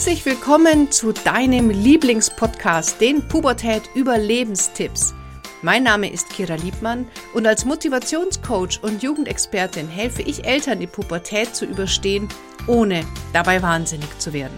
Herzlich willkommen zu deinem Lieblingspodcast, den Pubertät-Überlebenstipps. Mein Name ist Kira Liebmann und als Motivationscoach und Jugendexpertin helfe ich Eltern, die Pubertät zu überstehen, ohne dabei wahnsinnig zu werden.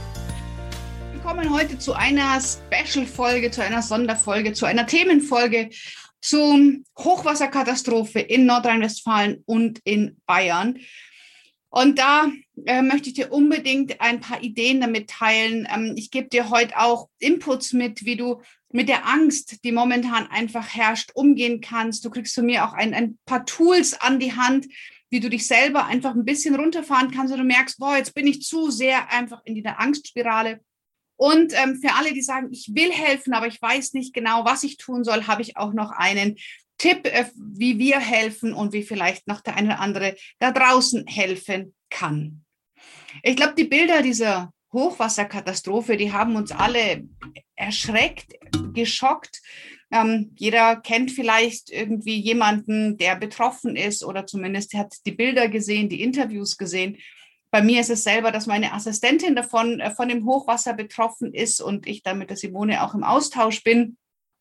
Wir kommen heute zu einer Special-Folge, zu einer Sonderfolge, zu einer Themenfolge zur Hochwasserkatastrophe in Nordrhein-Westfalen und in Bayern. Und da möchte ich dir unbedingt ein paar Ideen damit teilen. Ich gebe dir heute auch Inputs mit, wie du mit der Angst, die momentan einfach herrscht, umgehen kannst. Du kriegst von mir auch ein paar Tools an die Hand, wie du dich selber einfach ein bisschen runterfahren kannst, wenn du merkst, boah, jetzt bin ich zu sehr einfach in dieser Angstspirale. Und für alle, die sagen, ich will helfen, aber ich weiß nicht genau, was ich tun soll, habe ich auch noch einen Tipp, wie wir helfen und wie vielleicht noch der eine oder andere da draußen helfen kann. Ich glaube, die Bilder dieser Hochwasserkatastrophe, die haben uns alle erschreckt, geschockt. Jeder kennt vielleicht irgendwie jemanden, der betroffen ist oder zumindest hat die Bilder gesehen, die Interviews gesehen. Bei mir ist es selber, dass meine Assistentin von dem Hochwasser betroffen ist und ich dann mit der Simone auch im Austausch bin.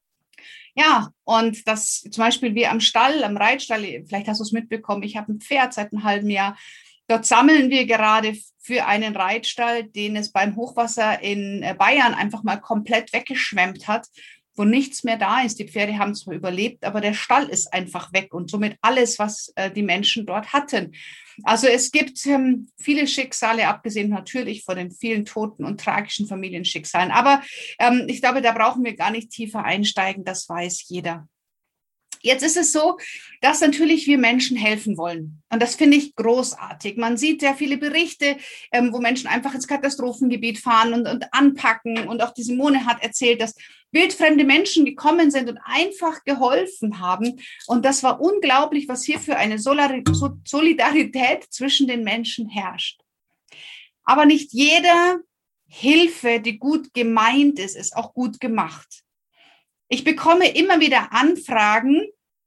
Ja, und das zum Beispiel wir am Reitstall, vielleicht hast du es mitbekommen, ich habe ein Pferd seit einem halben Jahr. Dort sammeln wir gerade für einen Reitstall, den es beim Hochwasser in Bayern einfach mal komplett weggeschwemmt hat, wo nichts mehr da ist. Die Pferde haben zwar überlebt, aber der Stall ist einfach weg und somit alles, was die Menschen dort hatten. Also es gibt viele Schicksale, abgesehen natürlich von den vielen toten und tragischen Familienschicksalen. Aber ich glaube, da brauchen wir gar nicht tiefer einsteigen, das weiß jeder. Jetzt ist es so, dass natürlich wir Menschen helfen wollen. Und das finde ich großartig. Man sieht ja viele Berichte, wo Menschen einfach ins Katastrophengebiet fahren und anpacken. Und auch die Simone hat erzählt, dass wildfremde Menschen gekommen sind und einfach geholfen haben. Und das war unglaublich, was hier für eine Solidarität zwischen den Menschen herrscht. Aber nicht jede Hilfe, die gut gemeint ist, ist auch gut gemacht. Ich bekomme immer wieder Anfragen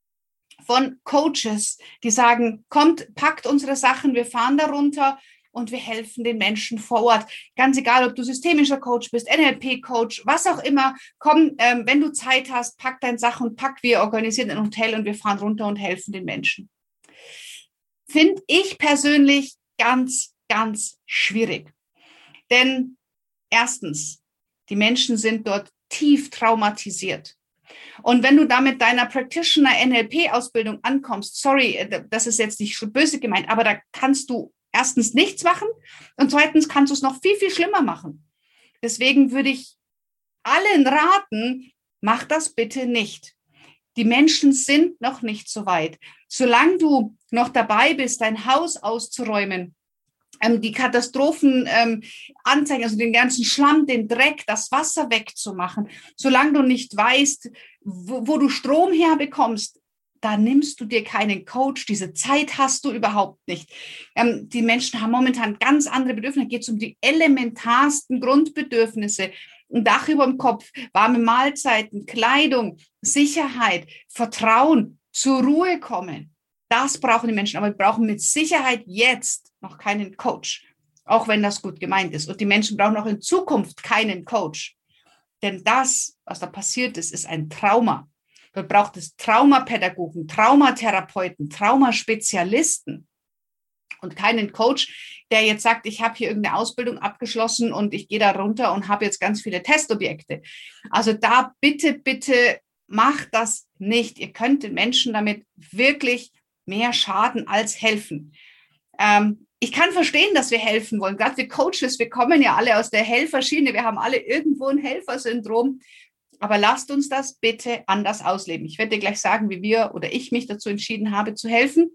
von Coaches, die sagen, kommt, packt unsere Sachen, wir fahren darunter und wir helfen den Menschen vor Ort. Ganz egal, ob du systemischer Coach bist, NLP-Coach, was auch immer, komm, wenn du Zeit hast, pack deine Sachen und wir organisieren ein Hotel und wir fahren runter und helfen den Menschen. Finde ich persönlich ganz, ganz schwierig. Denn erstens, die Menschen sind dort tief traumatisiert. Und wenn du da mit deiner Practitioner-NLP-Ausbildung ankommst, sorry, das ist jetzt nicht böse gemeint, aber da kannst du erstens nichts machen und zweitens kannst du es noch viel, viel schlimmer machen. Deswegen würde ich allen raten, mach das bitte nicht. Die Menschen sind noch nicht so weit. Solange du noch dabei bist, dein Haus auszuräumen, die Katastrophen anzeigen, also den ganzen Schlamm, den Dreck, das Wasser wegzumachen. Solange du nicht weißt, wo du Strom herbekommst, da nimmst du dir keinen Coach. Diese Zeit hast du überhaupt nicht. Die Menschen haben momentan ganz andere Bedürfnisse. Da geht es um die elementarsten Grundbedürfnisse. Ein Dach über dem Kopf, warme Mahlzeiten, Kleidung, Sicherheit, Vertrauen, zur Ruhe kommen. Das brauchen die Menschen, aber wir brauchen mit Sicherheit jetzt noch keinen Coach, auch wenn das gut gemeint ist. Und die Menschen brauchen auch in Zukunft keinen Coach. Denn das, was da passiert ist, ist ein Trauma. Dort braucht es Traumapädagogen, Traumatherapeuten, Traumaspezialisten und keinen Coach, der jetzt sagt, ich habe hier irgendeine Ausbildung abgeschlossen und ich gehe da runter und habe jetzt ganz viele Testobjekte. Also da bitte, bitte macht das nicht. Ihr könnt den Menschen damit wirklich mehr schaden als helfen. Ich kann verstehen, dass wir helfen wollen. Gerade wir Coaches, wir kommen ja alle aus der Helferschiene. Wir haben alle irgendwo ein Helfersyndrom. Aber lasst uns das bitte anders ausleben. Ich werde dir gleich sagen, wie wir oder ich mich dazu entschieden habe, zu helfen.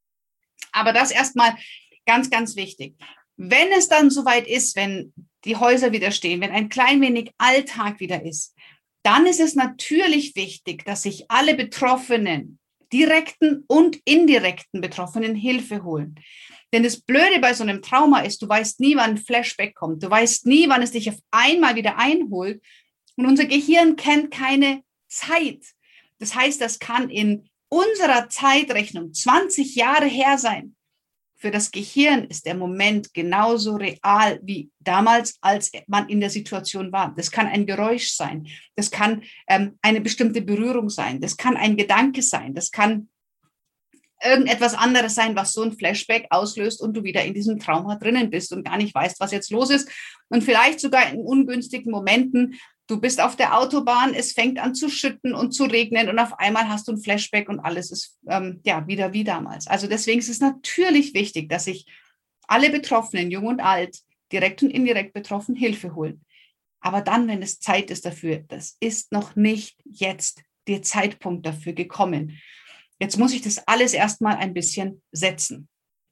Aber das erstmal ganz, ganz wichtig. Wenn es dann soweit ist, wenn die Häuser wieder stehen, wenn ein klein wenig Alltag wieder ist, dann ist es natürlich wichtig, dass sich alle Betroffenen, direkten und indirekten Betroffenen Hilfe holen. Denn das Blöde bei so einem Trauma ist, du weißt nie, wann ein Flashback kommt. Du weißt nie, wann es dich auf einmal wieder einholt. Und unser Gehirn kennt keine Zeit. Das heißt, das kann in unserer Zeitrechnung 20 Jahre her sein. für das Gehirn ist der Moment genauso real wie damals, als man in der Situation war. Das kann ein Geräusch sein, das kann eine bestimmte Berührung sein, das kann ein Gedanke sein, das kann irgendetwas anderes sein, was so ein Flashback auslöst und du wieder in diesem Trauma drinnen bist und gar nicht weißt, was jetzt los ist. Und vielleicht sogar in ungünstigen Momenten, du bist auf der Autobahn, es fängt an zu schütten und zu regnen und auf einmal hast du ein Flashback und alles ist wieder wie damals. Also deswegen ist es natürlich wichtig, dass sich alle Betroffenen, jung und alt, direkt und indirekt betroffen, Hilfe holen. Aber dann, wenn es Zeit ist dafür, das ist noch nicht jetzt der Zeitpunkt dafür gekommen. Jetzt muss ich das alles erstmal ein bisschen setzen.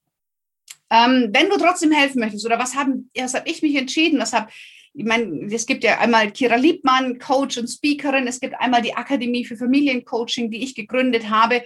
Wenn du trotzdem helfen möchtest, oder was habe ich mich entschieden? Ich meine, es gibt ja einmal Kira Liebmann, Coach und Speakerin. Es gibt einmal die Akademie für Familiencoaching, die ich gegründet habe.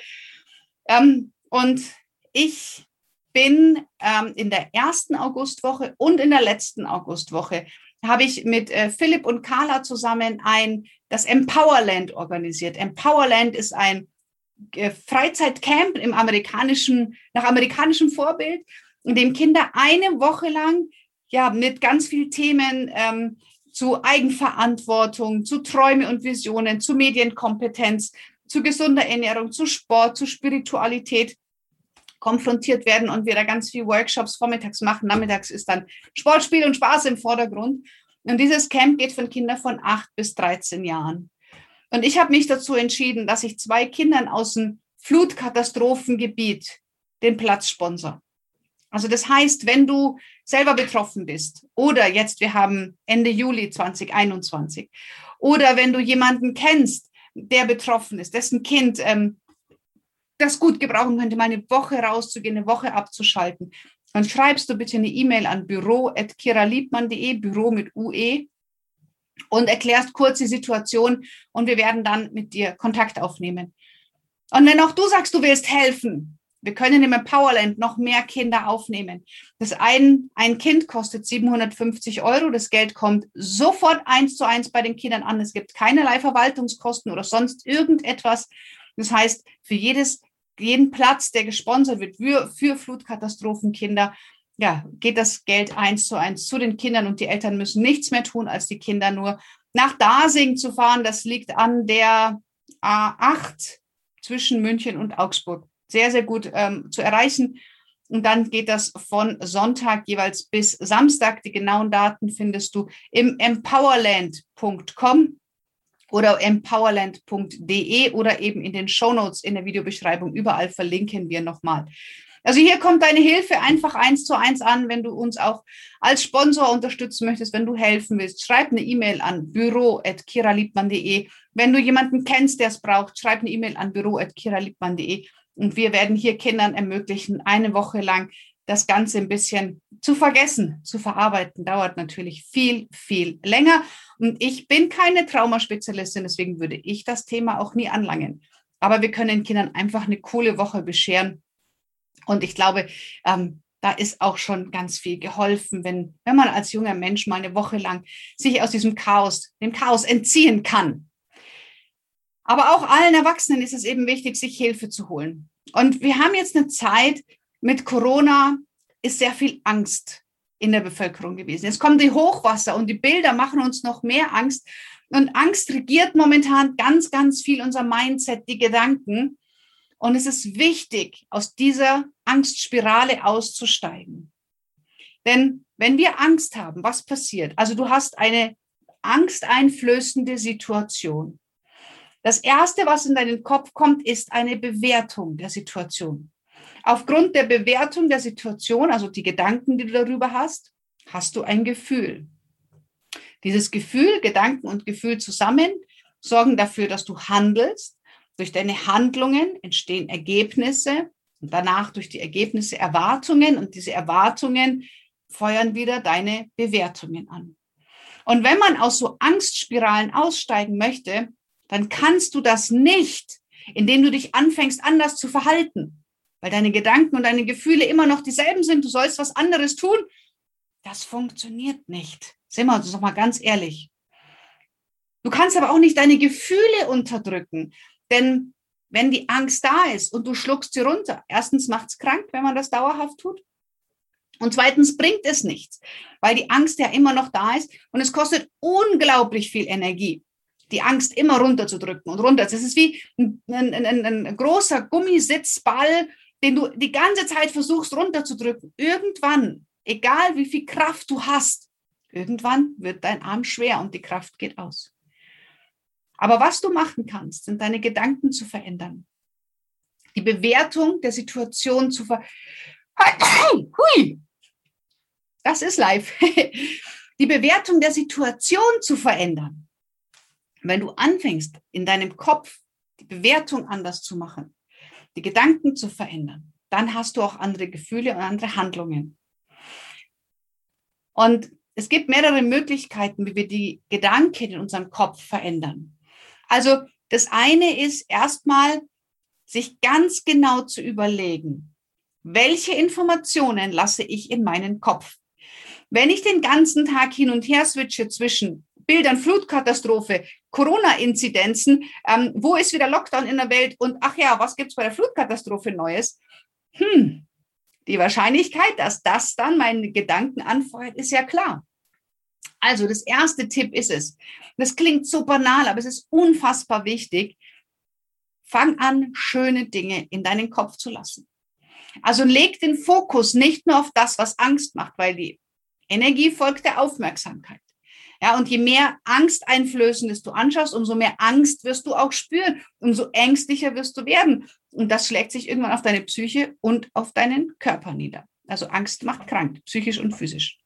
Und ich bin in der ersten Augustwoche und in der letzten Augustwoche habe ich mit Philipp und Carla zusammen das Empowerland organisiert. Empowerland ist ein Freizeitcamp nach amerikanischem Vorbild, in dem Kinder eine Woche lang mit ganz vielen Themen zu Eigenverantwortung, zu Träume und Visionen, zu Medienkompetenz, zu gesunder Ernährung, zu Sport, zu Spiritualität konfrontiert werden und wir da ganz viele Workshops vormittags machen. Nachmittags ist dann Sport, Spiel und Spaß im Vordergrund. Und dieses Camp geht für Kinder von 8 bis 13 Jahren. Und ich habe mich dazu entschieden, dass ich 2 Kindern aus dem Flutkatastrophengebiet den Platz sponsor. Also das heißt, wenn du selber betroffen bist oder jetzt, wir haben Ende Juli 2021, oder wenn du jemanden kennst, der betroffen ist, dessen Kind das gut gebrauchen könnte, mal eine Woche rauszugehen, eine Woche abzuschalten, dann schreibst du bitte eine E-Mail an büro@kiraliebmann.de, Büro mit UE, und erklärst kurz die Situation und wir werden dann mit dir Kontakt aufnehmen. Und wenn auch du sagst, du willst helfen, wir können im Empowerland noch mehr Kinder aufnehmen. Ein Kind kostet 750 €. Das Geld kommt sofort 1:1 bei den Kindern an. Es gibt keinerlei Verwaltungskosten oder sonst irgendetwas. Das heißt, für jeden Platz, der gesponsert wird für Flutkatastrophenkinder, geht das Geld 1:1 zu den Kindern und die Eltern müssen nichts mehr tun, als die Kinder nur nach Dasing zu fahren. Das liegt an der A8 zwischen München und Augsburg. Sehr, sehr gut zu erreichen. Und dann geht das von Sonntag jeweils bis Samstag. Die genauen Daten findest du im empowerland.com oder empowerland.de oder eben in den Shownotes in der Videobeschreibung. Überall verlinken wir nochmal. Also hier kommt deine Hilfe einfach 1:1 an, wenn du uns auch als Sponsor unterstützen möchtest, wenn du helfen willst. Schreib eine E-Mail an büro@kiraliebmann.de. Wenn du jemanden kennst, der es braucht, schreib eine E-Mail an büro@kiraliebmann.de. Und wir werden hier Kindern ermöglichen, eine Woche lang das Ganze ein bisschen zu vergessen, zu verarbeiten. Dauert natürlich viel, viel länger. Und ich bin keine Traumaspezialistin, deswegen würde ich das Thema auch nie anlangen. Aber wir können Kindern einfach eine coole Woche bescheren. Und ich glaube, da ist auch schon ganz viel geholfen, wenn man als junger Mensch mal eine Woche lang sich aus dem Chaos entziehen kann. Aber auch allen Erwachsenen ist es eben wichtig, sich Hilfe zu holen. Und wir haben jetzt eine Zeit, mit Corona ist sehr viel Angst in der Bevölkerung gewesen. Jetzt kommen die Hochwasser und die Bilder machen uns noch mehr Angst. Und Angst regiert momentan ganz, ganz viel unser Mindset, die Gedanken. Und es ist wichtig, aus dieser Angstspirale auszusteigen. Denn wenn wir Angst haben, was passiert? Also du hast eine angsteinflößende Situation. Das Erste, was in deinen Kopf kommt, ist eine Bewertung der Situation. Aufgrund der Bewertung der Situation, also die Gedanken, die du darüber hast, hast du ein Gefühl. Dieses Gefühl, Gedanken und Gefühl zusammen sorgen dafür, dass du handelst. Durch deine Handlungen entstehen Ergebnisse und danach durch die Ergebnisse Erwartungen und diese Erwartungen feuern wieder deine Bewertungen an. Und wenn man aus so Angstspiralen aussteigen möchte, dann kannst du das nicht, indem du dich anfängst, anders zu verhalten, weil deine Gedanken und deine Gefühle immer noch dieselben sind. Du sollst was anderes tun. Das funktioniert nicht. Sind wir uns doch mal ganz ehrlich. Du kannst aber auch nicht deine Gefühle unterdrücken, denn wenn die Angst da ist und du schluckst sie runter, erstens macht es krank, wenn man das dauerhaft tut, Und zweitens bringt es nichts, weil die Angst ja immer noch da ist und es kostet unglaublich viel Energie, die Angst immer runterzudrücken und runter. Das ist wie ein großer Gummisitzball, den du die ganze Zeit versuchst runterzudrücken. Irgendwann, egal wie viel Kraft du hast, irgendwann wird dein Arm schwer und die Kraft geht aus. Aber was du machen kannst, sind deine Gedanken zu verändern. Die Bewertung der Situation zu verändern. Das ist live. Die Bewertung der Situation zu verändern. Wenn du anfängst, in deinem Kopf die Bewertung anders zu machen, die Gedanken zu verändern, dann hast du auch andere Gefühle und andere Handlungen. Und es gibt mehrere Möglichkeiten, wie wir die Gedanken in unserem Kopf verändern. Also das eine ist erstmal, sich ganz genau zu überlegen, welche Informationen lasse ich in meinen Kopf. Wenn ich den ganzen Tag hin und her switche zwischen Bildern, Flutkatastrophe, Corona-Inzidenzen, wo ist wieder Lockdown in der Welt und ach ja, was gibt es bei der Flutkatastrophe Neues? Die Wahrscheinlichkeit, dass das dann meine Gedanken anfeuert, ist ja klar. Also das erste Tipp ist es, das klingt so banal, aber es ist unfassbar wichtig, fang an, schöne Dinge in deinen Kopf zu lassen. Also leg den Fokus nicht nur auf das, was Angst macht, weil die Energie folgt der Aufmerksamkeit. Ja, und je mehr Angsteinflößendes du anschaust, umso mehr Angst wirst du auch spüren, umso ängstlicher wirst du werden. Und das schlägt sich irgendwann auf deine Psyche und auf deinen Körper nieder. Also Angst macht krank, psychisch und physisch.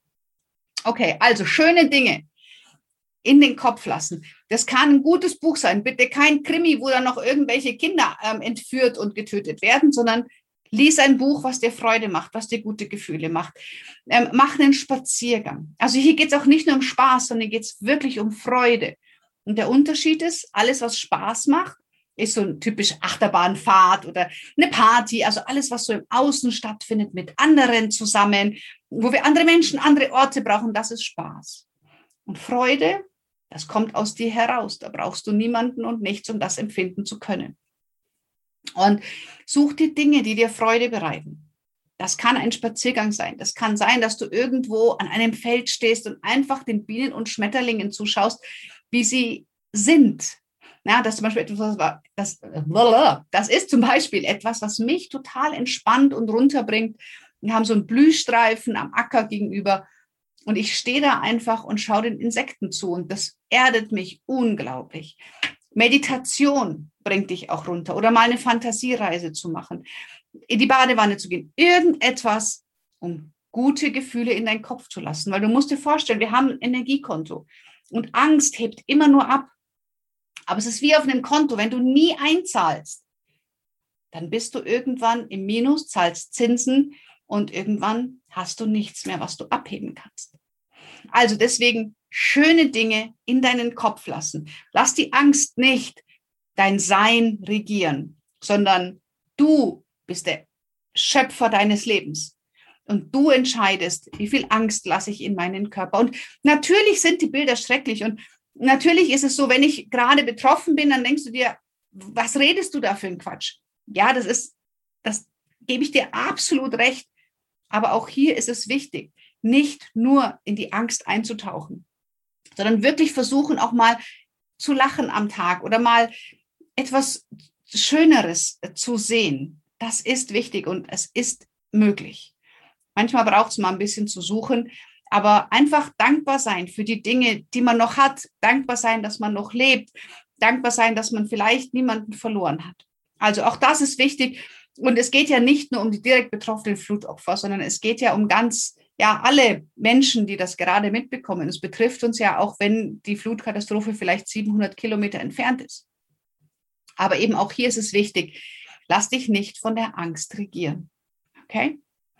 Okay, also schöne Dinge in den Kopf lassen. Das kann ein gutes Buch sein. Bitte kein Krimi, wo dann noch irgendwelche Kinder entführt und getötet werden, sondern lies ein Buch, was dir Freude macht, was dir gute Gefühle macht. Mach einen Spaziergang. Also hier geht es auch nicht nur um Spaß, sondern geht es wirklich um Freude. Und der Unterschied ist, alles, was Spaß macht, ist so ein typisch Achterbahnfahrt oder eine Party, also alles, was so im Außen stattfindet, mit anderen zusammen, wo wir andere Menschen, andere Orte brauchen, das ist Spaß. Und Freude, das kommt aus dir heraus. Da brauchst du niemanden und nichts, um das empfinden zu können. Und such dir Dinge, die dir Freude bereiten. Das kann ein Spaziergang sein. Das kann sein, dass du irgendwo an einem Feld stehst und einfach den Bienen und Schmetterlingen zuschaust, wie sie sind. Ja, das, zum Beispiel etwas, das ist zum Beispiel etwas, was mich total entspannt und runterbringt. Wir haben so einen Blühstreifen am Acker gegenüber und ich stehe da einfach und schaue den Insekten zu und das erdet mich unglaublich. Meditation bringt dich auch runter oder mal eine Fantasiereise zu machen, in die Badewanne zu gehen, irgendetwas, um gute Gefühle in deinen Kopf zu lassen, weil du musst dir vorstellen, wir haben ein Energiekonto und Angst hebt immer nur ab, aber es ist wie auf einem Konto, wenn du nie einzahlst, dann bist du irgendwann im Minus, zahlst Zinsen und irgendwann hast du nichts mehr, was du abheben kannst. Also deswegen schöne Dinge in deinen Kopf lassen. Lass die Angst nicht dein Sein regieren, sondern du bist der Schöpfer deines Lebens. Und du entscheidest, wie viel Angst lasse ich in meinen Körper. Und natürlich sind die Bilder schrecklich. Und natürlich ist es so, wenn ich gerade betroffen bin, dann denkst du dir, was redest du da für einen Quatsch? Ja, das gebe ich dir absolut recht. Aber auch hier ist es wichtig, nicht nur in die Angst einzutauchen, sondern wirklich versuchen, auch mal zu lachen am Tag oder mal etwas Schöneres zu sehen. Das ist wichtig und es ist möglich. Manchmal braucht es mal ein bisschen zu suchen, aber einfach dankbar sein für die Dinge, die man noch hat, dankbar sein, dass man noch lebt, dankbar sein, dass man vielleicht niemanden verloren hat. Also auch das ist wichtig. Und es geht ja nicht nur um die direkt betroffenen Flutopfer, sondern es geht ja um alle Menschen, die das gerade mitbekommen. Es betrifft uns ja auch, wenn die Flutkatastrophe vielleicht 700 Kilometer entfernt ist. Aber eben auch hier ist es wichtig, lass dich nicht von der Angst regieren. Okay?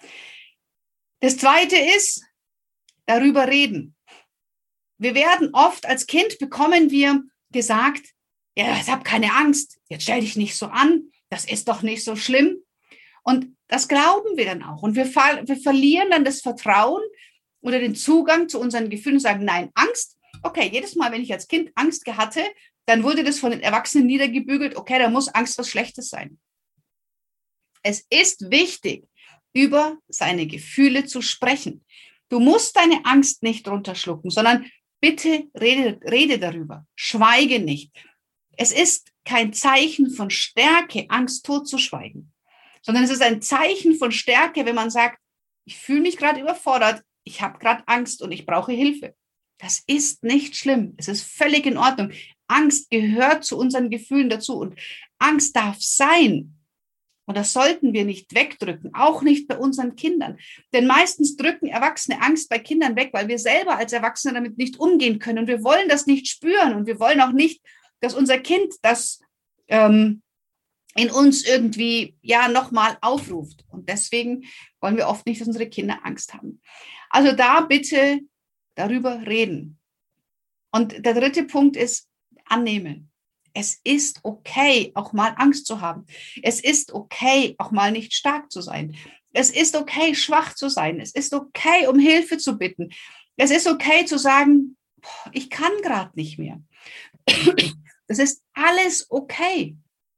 Das Zweite ist, darüber reden. Wir werden oft, als Kind bekommen wir gesagt, ja, ich habe keine Angst, jetzt stell dich nicht so an, das ist doch nicht so schlimm. Und das glauben wir dann auch. Und wir verlieren dann das Vertrauen oder den Zugang zu unseren Gefühlen und sagen, nein, Angst. Okay, jedes Mal, wenn ich als Kind Angst hatte, dann wurde das von den Erwachsenen niedergebügelt. Okay, da muss Angst was Schlechtes sein. Es ist wichtig, über seine Gefühle zu sprechen. Du musst deine Angst nicht runterschlucken, sondern bitte rede darüber. Schweige nicht. Es ist kein Zeichen von Stärke, Angst totzuschweigen, sondern es ist ein Zeichen von Stärke, wenn man sagt, ich fühle mich gerade überfordert, ich habe gerade Angst und ich brauche Hilfe. Das ist nicht schlimm. Es ist völlig in Ordnung. Angst gehört zu unseren Gefühlen dazu und Angst darf sein. Und das sollten wir nicht wegdrücken, auch nicht bei unseren Kindern. Denn meistens drücken Erwachsene Angst bei Kindern weg, weil wir selber als Erwachsene damit nicht umgehen können. Und wir wollen das nicht spüren und wir wollen auch nicht, dass unser Kind das in uns irgendwie nochmal aufruft. Und deswegen wollen wir oft nicht, dass unsere Kinder Angst haben. Also da bitte darüber reden. Und der dritte Punkt ist annehmen. Es ist okay, auch mal Angst zu haben. Es ist okay, auch mal nicht stark zu sein. Es ist okay, schwach zu sein. Es ist okay, um Hilfe zu bitten. Es ist okay zu sagen, ich kann gerade nicht mehr. Das ist alles okay.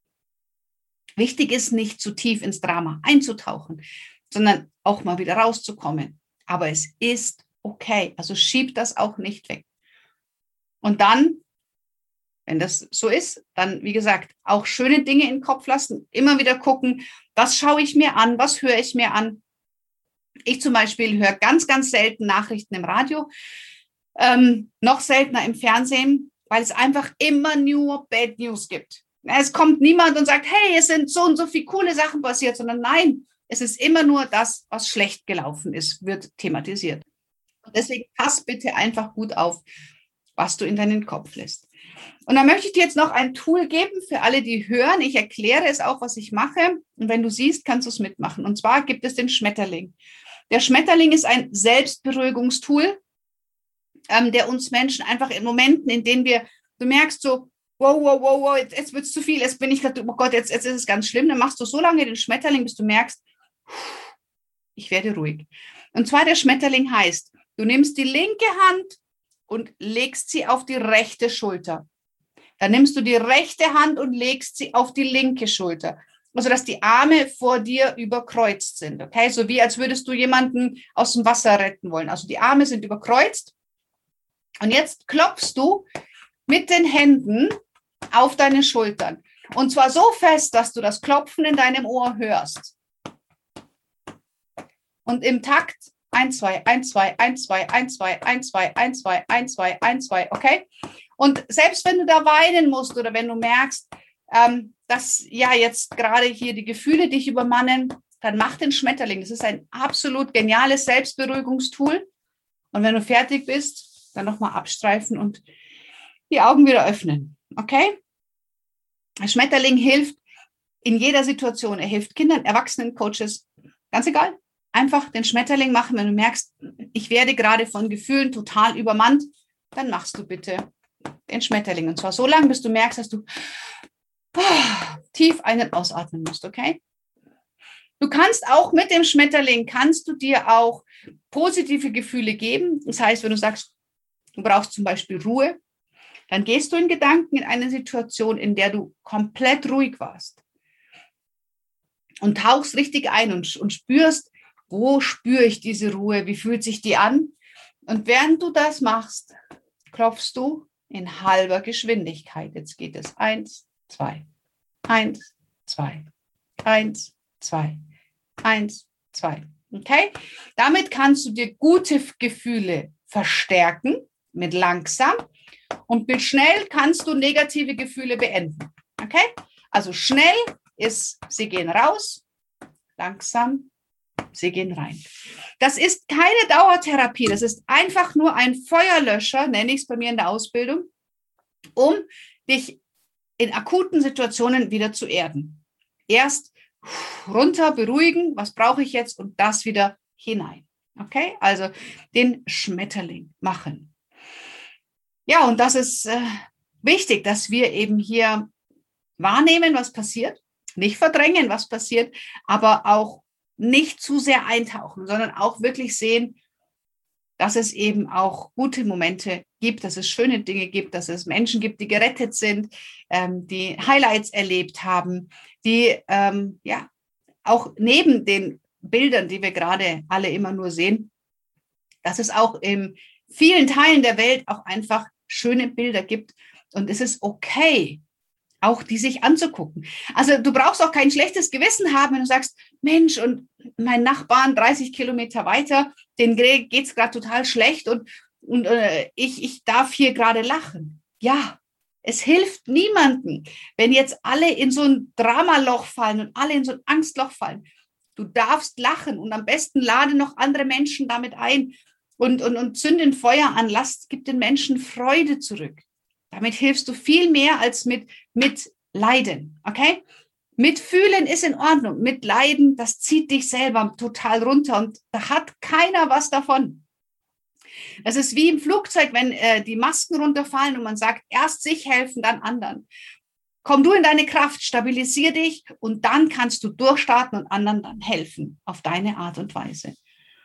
Wichtig ist nicht zu tief ins Drama einzutauchen, sondern auch mal wieder rauszukommen. Aber es ist okay. Also schieb das auch nicht weg. Und dann, wenn das so ist, dann, wie gesagt, auch schöne Dinge in den Kopf lassen, immer wieder gucken, was schaue ich mir an, was höre ich mir an. Ich zum Beispiel höre ganz, ganz selten Nachrichten im Radio, noch seltener im Fernsehen, weil es einfach immer nur Bad News gibt. Es kommt niemand und sagt, hey, es sind so und so viele coole Sachen passiert, sondern nein, es ist immer nur das, was schlecht gelaufen ist, wird thematisiert. Und deswegen pass bitte einfach gut auf, was du in deinen Kopf lässt. Und dann möchte ich dir jetzt noch ein Tool geben für alle, die hören. Ich erkläre es auch, was ich mache. Und wenn du siehst, kannst du es mitmachen. Und zwar gibt es den Schmetterling. Der Schmetterling ist ein Selbstberuhigungstool, der uns Menschen einfach in Momenten, in denen du merkst so, wow, jetzt wird es zu viel, jetzt bin ich gerade, oh Gott, jetzt ist es ganz schlimm. Dann machst du so lange den Schmetterling, bis du merkst, ich werde ruhig. Und zwar der Schmetterling heißt, du nimmst die linke Hand und legst sie auf die rechte Schulter. Dann nimmst du die rechte Hand und legst sie auf die linke Schulter. Also, dass die Arme vor dir überkreuzt sind. Okay, so wie als würdest du jemanden aus dem Wasser retten wollen. Also die Arme sind überkreuzt. Und jetzt klopfst du mit den Händen auf deine Schultern. Und zwar so fest, dass du das Klopfen in deinem Ohr hörst. Und im Takt 1, 2, 1, 2, 1, 2, 1, 2, 1, 2, 1, 2, 1, 2, 1, 2, okay? Und selbst wenn du da weinen musst oder wenn du merkst, dass jetzt gerade hier die Gefühle dich übermannen, dann mach den Schmetterling. Das ist ein absolut geniales Selbstberuhigungstool. Und wenn du fertig bist, dann nochmal abstreifen und die Augen wieder öffnen, okay? Der Schmetterling hilft in jeder Situation. Er hilft Kindern, Erwachsenen, Coaches, ganz egal. Einfach den Schmetterling machen, wenn du merkst, ich werde gerade von Gefühlen total übermannt, dann machst du bitte den Schmetterling. Und zwar so lange, bis du merkst, dass du tief ein- und ausatmen musst, okay? Du kannst auch mit dem Schmetterling, kannst du dir auch positive Gefühle geben. Das heißt, wenn du sagst, du brauchst zum Beispiel Ruhe, dann gehst du in Gedanken in eine Situation, in der du komplett ruhig warst und tauchst richtig ein und spürst, wo spüre ich diese Ruhe, wie fühlt sich die an? Und während du das machst, klopfst du in halber Geschwindigkeit. Jetzt geht es 1, 2, 1, 2, 1, 2, 1, 2. Okay? Damit kannst du dir gute Gefühle verstärken mit langsam und mit schnell kannst du negative Gefühle beenden. Okay? Also schnell ist, sie gehen raus, langsam, sie gehen rein. Das ist keine Dauertherapie, das ist einfach nur ein Feuerlöscher, nenne ich es bei mir in der Ausbildung, um dich in akuten Situationen wieder zu erden. Erst runter, beruhigen, was brauche ich jetzt und das wieder hinein. Okay, also den Schmetterling machen. Ja, und das ist wichtig, dass wir eben hier wahrnehmen, was passiert, nicht verdrängen, was passiert, aber auch nicht zu sehr eintauchen, sondern auch wirklich sehen, dass es eben auch gute Momente gibt, dass es schöne Dinge gibt, dass es Menschen gibt, die gerettet sind, die Highlights erlebt haben, die auch neben den Bildern, die wir gerade alle immer nur sehen, dass es auch in vielen Teilen der Welt auch einfach schöne Bilder gibt. Und es ist okay, auch die sich anzugucken. Also du brauchst auch kein schlechtes Gewissen haben, wenn du sagst, Mensch, und mein Nachbarn 30 Kilometer weiter, denen geht es gerade total schlecht und ich darf hier gerade lachen. Ja, es hilft niemandem, wenn jetzt alle in so ein Dramaloch fallen und alle in so ein Angstloch fallen. Du darfst lachen und am besten lade noch andere Menschen damit ein und zünde ein Feuer an. Gib den Menschen Freude zurück. Damit hilfst du viel mehr als mit Leiden, okay? Mitfühlen ist in Ordnung. Mitleiden, das zieht dich selber total runter und da hat keiner was davon. Das ist wie im Flugzeug, wenn die Masken runterfallen und man sagt, erst sich helfen, dann anderen. Komm du in deine Kraft, stabilisier dich und dann kannst du durchstarten und anderen dann helfen auf deine Art und Weise.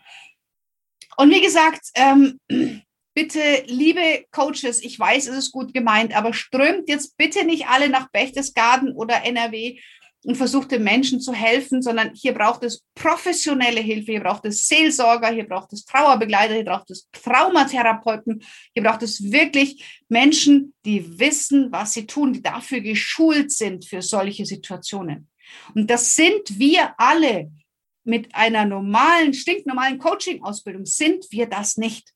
Und wie gesagt, bitte, liebe Coaches, ich weiß, es ist gut gemeint, aber strömt jetzt bitte nicht alle nach Berchtesgaden oder NRW und versucht den Menschen zu helfen, sondern hier braucht es professionelle Hilfe, hier braucht es Seelsorger, hier braucht es Trauerbegleiter, hier braucht es Traumatherapeuten, hier braucht es wirklich Menschen, die wissen, was sie tun, die dafür geschult sind für solche Situationen. Und das sind wir alle. Mit einer stinknormalen Coaching-Ausbildung sind wir das nicht.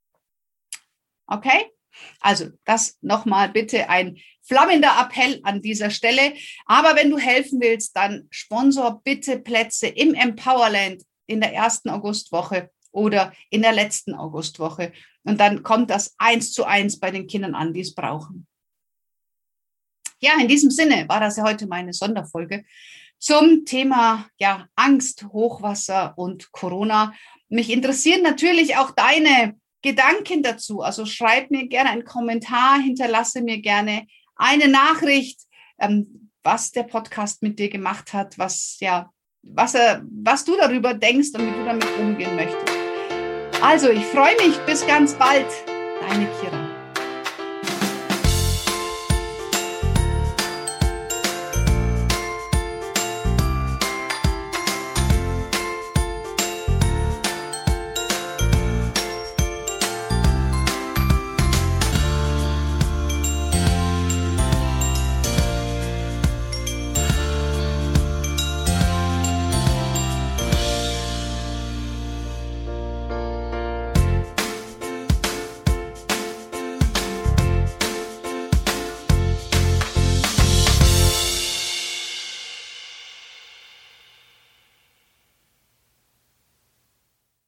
Okay? Also das nochmal bitte ein flammender Appell an dieser Stelle. Aber wenn du helfen willst, dann sponsor bitte Plätze im Empowerland in der ersten Augustwoche oder in der letzten Augustwoche. Und dann kommt das 1:1 bei den Kindern an, die es brauchen. Ja, in diesem Sinne war das ja heute meine Sonderfolge zum Thema Angst, Hochwasser und Corona. Mich interessieren natürlich auch deine Gedanken dazu. Also schreib mir gerne einen Kommentar, hinterlasse mir gerne eine Nachricht, was der Podcast mit dir gemacht hat, was du darüber denkst und wie du damit umgehen möchtest. Also, ich freue mich. Bis ganz bald. Deine Kira.